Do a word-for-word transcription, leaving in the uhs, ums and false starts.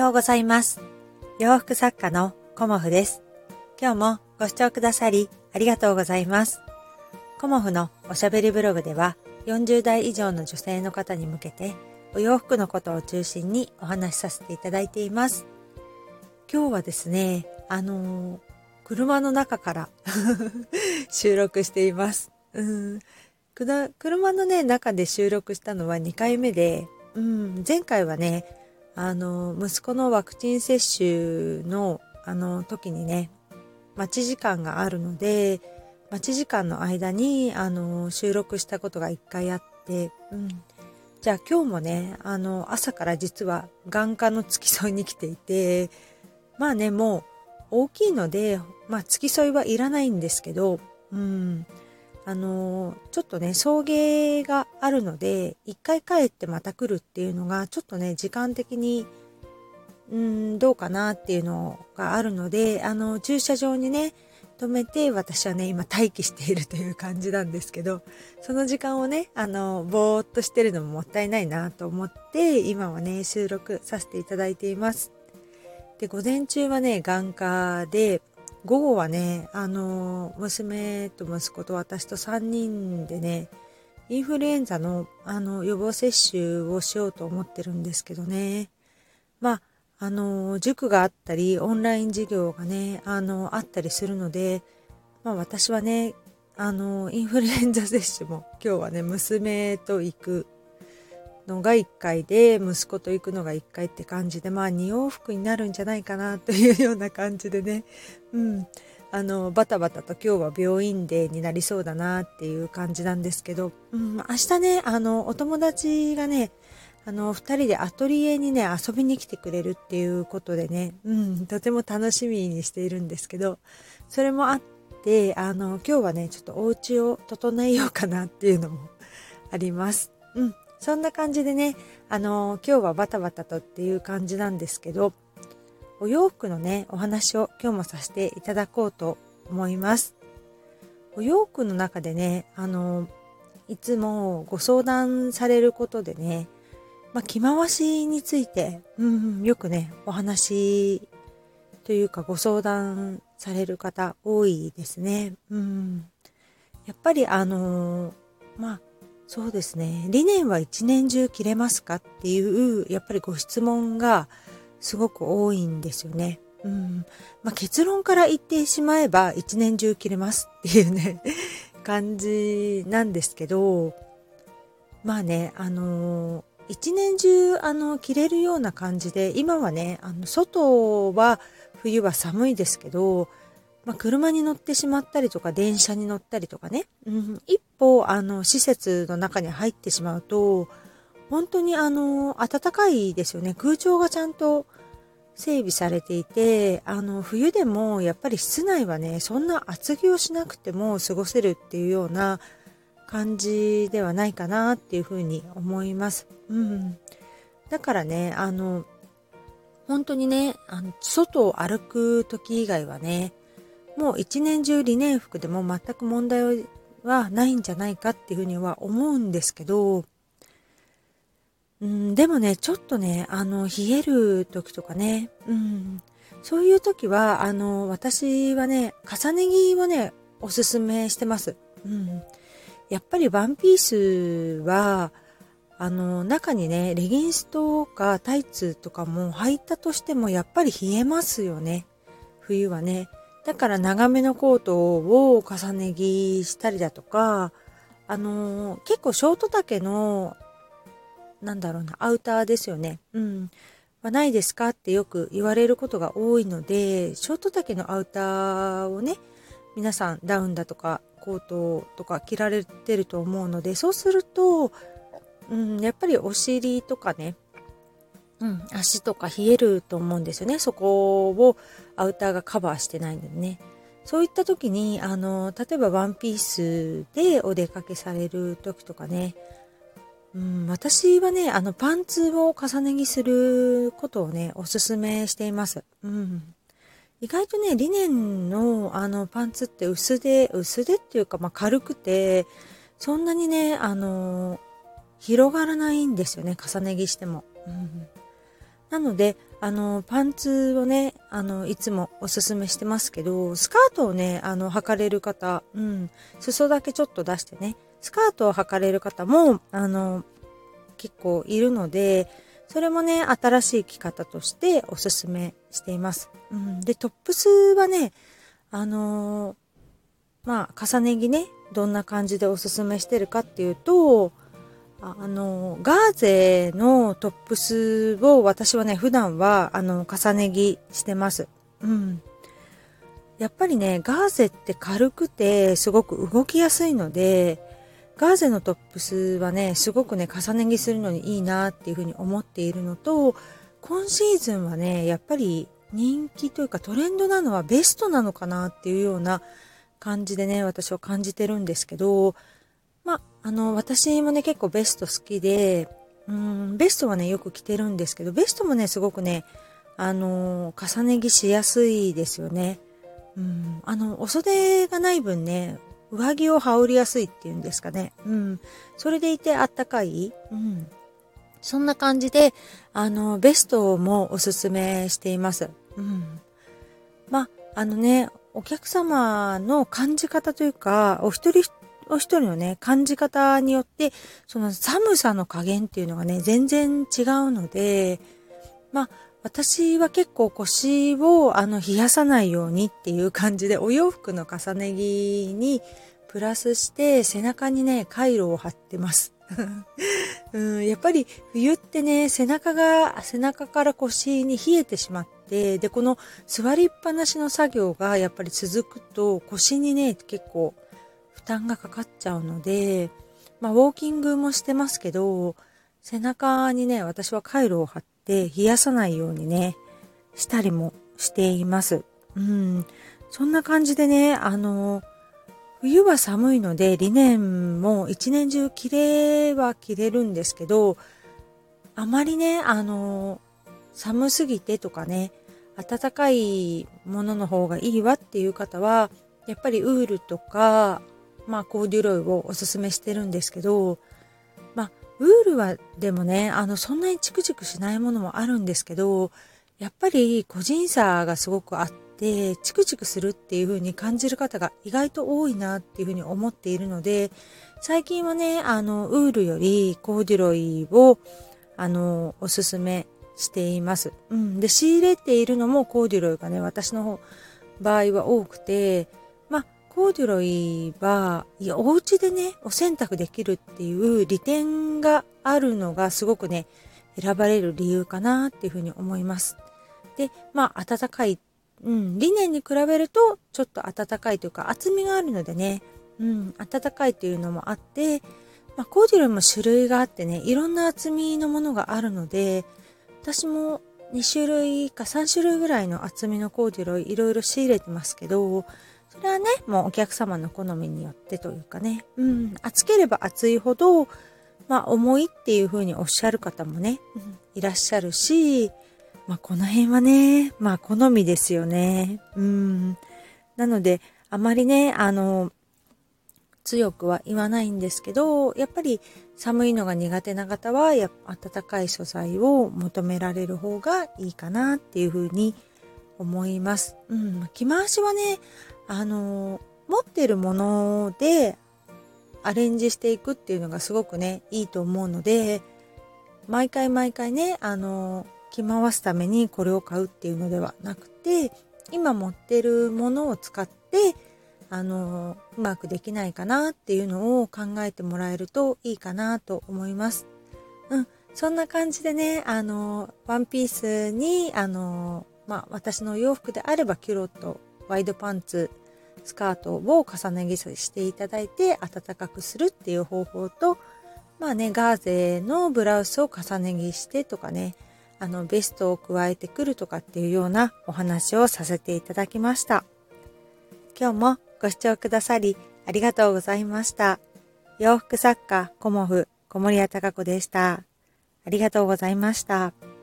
ようございます。洋服作家のコモフです。今日もご視聴くださりありがとうございます。コモフのおしゃべりブログではよんじゅう代以上の女性の方に向けてお洋服のことを中心にお話しさせていただいています。今日はですね、あのー、車の中から収録しています。うん車のね中で収録したのはにかいめで、うん、前回はねあの息子のワクチン接種のあの時にね待ち時間があるので待ち時間の間にあの収録したことがいっかいあって、うん、じゃあ今日もねあの朝から実は眼科の付き添いに来ていて、まあねもう大きいので、まあ、付き添いはいらないんですけど、うんあのちょっとね送迎があるので一回帰ってまた来るっていうのがちょっとね時間的にうんどうかなっていうのがあるので、あの駐車場にね止めて私はね今待機しているという感じなんですけど、その時間をねあのぼーっとしてるのももったいないなと思って今はね収録させていただいています。で午前中はね眼科で、午後はねあの娘と息子と私とさんにんでねインフルエンザのあの予防接種をしようと思ってるんですけどね、まああの塾があったりオンライン授業がねあのあったりするので、まあ私はねあのインフルエンザ接種も今日はね娘と行くのがいっかいで息子と行くのがいっかいって感じで、まあに往復になるんじゃないかなというような感じでね、うんあのバタバタと今日は病院デーになりそうだなっていう感じなんですけど、うん、明日ねあのお友達がねあのふたりでアトリエにね遊びに来てくれるっていうことでね、うん、とても楽しみにしているんですけど、それもあってあの今日はねちょっとお家を整えようかなっていうのもあります。うんそんな感じでねあの今日はバタバタとっていう感じなんですけど、お洋服のねお話を今日もさせていただこうと思います。お洋服の中でねあのいつもご相談されることでね、まあ、着回しについて、うん、よくねお話というかご相談される方多いですね。うん、やっぱりあのまあそうですね、リネンは一年中着れますかっていうやっぱりご質問がすごく多いんですよね。うんまあ、結論から言ってしまえば一年中着れますっていうね感じなんですけど、まあねあのー一年中あの着れるような感じで、今はねあの外は冬は寒いですけど、まあ、車に乗ってしまったりとか電車に乗ったりとかね、うん、一歩あの施設の中に入ってしまうと本当にあの暖かいですよね。空調がちゃんと整備されていて、あの冬でもやっぱり室内はねそんな厚着をしなくても過ごせるっていうような感じではないかなっていうふうに思います。うん、だからねあの本当にねあの外を歩く時以外はねもう一年中リネン服でも全く問題はないんじゃないかっていうふうには思うんですけど、うん、でもねちょっとねあの冷える時とかね、うん、そういう時はあの私はね重ね着をねおすすめしてます。うん、やっぱりワンピースはあの中にねレギンスとかタイツとかも履いたとしてもやっぱり冷えますよね、冬はね。だから長めのコートを重ね着したりだとか、あのー、結構ショート丈のなんだろうなアウターですよね、うんはないですかってよく言われることが多いので、ショート丈のアウターをね皆さんダウンだとかコートとか着られてると思うので、そうすると、うん、やっぱりお尻とかね、うん、足とか冷えると思うんですよね。そこをアウターがカバーしてないのでね。そういった時にあの例えばワンピースでお出かけされる時とかね、うん、私はねあのパンツを重ね着することをねおすすめしています。うん、意外とねリネンのあのパンツって薄手薄手っていうか、まあ、軽くてそんなにねあの広がらないんですよね、重ね着しても。うんなので、 あの、パンツをね、あの、いつもおすすめしてますけど、スカートをね、あの、履かれる方、うん、裾だけちょっと出してね、スカートを履かれる方も、あの、結構いるので、それもね、新しい着方としておすすめしています。うん、で、トップスはね、あのーまあ、重ね着ね、どんな感じでおすすめしてるかっていうと、ああの、ガーゼのトップスを私はね、普段は、あの、重ね着してます。うん。やっぱりね、ガーゼって軽くて、すごく動きやすいので、ガーゼのトップスはね、すごくね、重ね着するのにいいなっていうふうに思っているのと、今シーズンはね、やっぱり人気というかトレンドなのはベストなのかなっていうような感じでね、私は感じてるんですけど、まあ、あの、私もね、結構ベスト好きで、うん、ベストはね、よく着てるんですけど、ベストもね、すごくね、あの、重ね着しやすいですよね。うん、あの、お袖がない分ね、上着を羽織りやすいっていうんですかね。うん。それでいてあったかい。うん。そんな感じで、あの、ベストもおすすめしています。うん。まあ、あのね、お客様の感じ方というか、お一人お一人のね、感じ方によって、その寒さの加減っていうのがね、全然違うので、まあ、私は結構腰をあの冷やさないようにっていう感じでお洋服の重ね着にプラスして背中にね、カイロを貼ってます。うん、やっぱり冬ってね、背中が、背中から腰に冷えてしまって、で、この座りっぱなしの作業がやっぱり続くと腰にね、結構負担がかかっちゃうので、まあ、ウォーキングもしてますけど、背中にね、私はカイロを貼って冷やさないようにね、したりもしています。うん。そんな感じでね、あの、冬は寒いので、リネンも一年中着れは着れるんですけど、あまりね、あの、寒すぎてとかね、暖かいものの方がいいわっていう方は、やっぱりウールとか、まあコーデュロイをおすすめしてるんですけど、まあウールはでもね、あのそんなにチクチクしないものもあるんですけど、やっぱり個人差がすごくあって、チクチクするっていう風に感じる方が意外と多いなっていう風に思っているので、最近はね、あのウールよりコーデュロイをあのおすすめしています。うん。で、仕入れているのもコーデュロイがね、私の方場合は多くて、まあ、コーデュロイは、いや、お家でね、お洗濯できるっていう利点があるのがすごくね、選ばれる理由かなっていうふうに思います。で、まあ、暖かい、うん、リネンに比べると、ちょっと暖かいというか、厚みがあるのでね、うん、暖かいというのもあって、まあ、コーデュロイも種類があってね、いろんな厚みのものがあるので、私もに種類かさん種類ぐらいの厚みのコーデュロイいろいろ仕入れてますけど、それはね、もうお客様の好みによってというかね、うん、厚ければ厚いほど、まあ重いっていう風におっしゃる方もね、うん、いらっしゃるし、まあこの辺はね、まあ好みですよね。うん。なので、あまりね、あの、強くは言わないんですけど、やっぱり寒いのが苦手な方はや暖かい素材を求められる方がいいかなっていうふうに思います。うん、着回しはね、あの持ってるものでアレンジしていくっていうのがすごくねいいと思うので、毎回毎回ね、あの着回すためにこれを買うっていうのではなくて、今持ってるものを使ってあのうまくできないかなっていうのを考えてもらえるといいかなと思います。うん、そんな感じでね、あのワンピースにあのまあ私の洋服であればキュロット、ワイドパンツ、スカートを重ね着していただいて暖かくするっていう方法と、まあね、ガーゼのブラウスを重ね着してとかね、あのベストを加えてくるとかっていうようなお話をさせていただきました。今日もご視聴くださりありがとうございました。洋服作家コモフ小森屋隆子でした。ありがとうございました。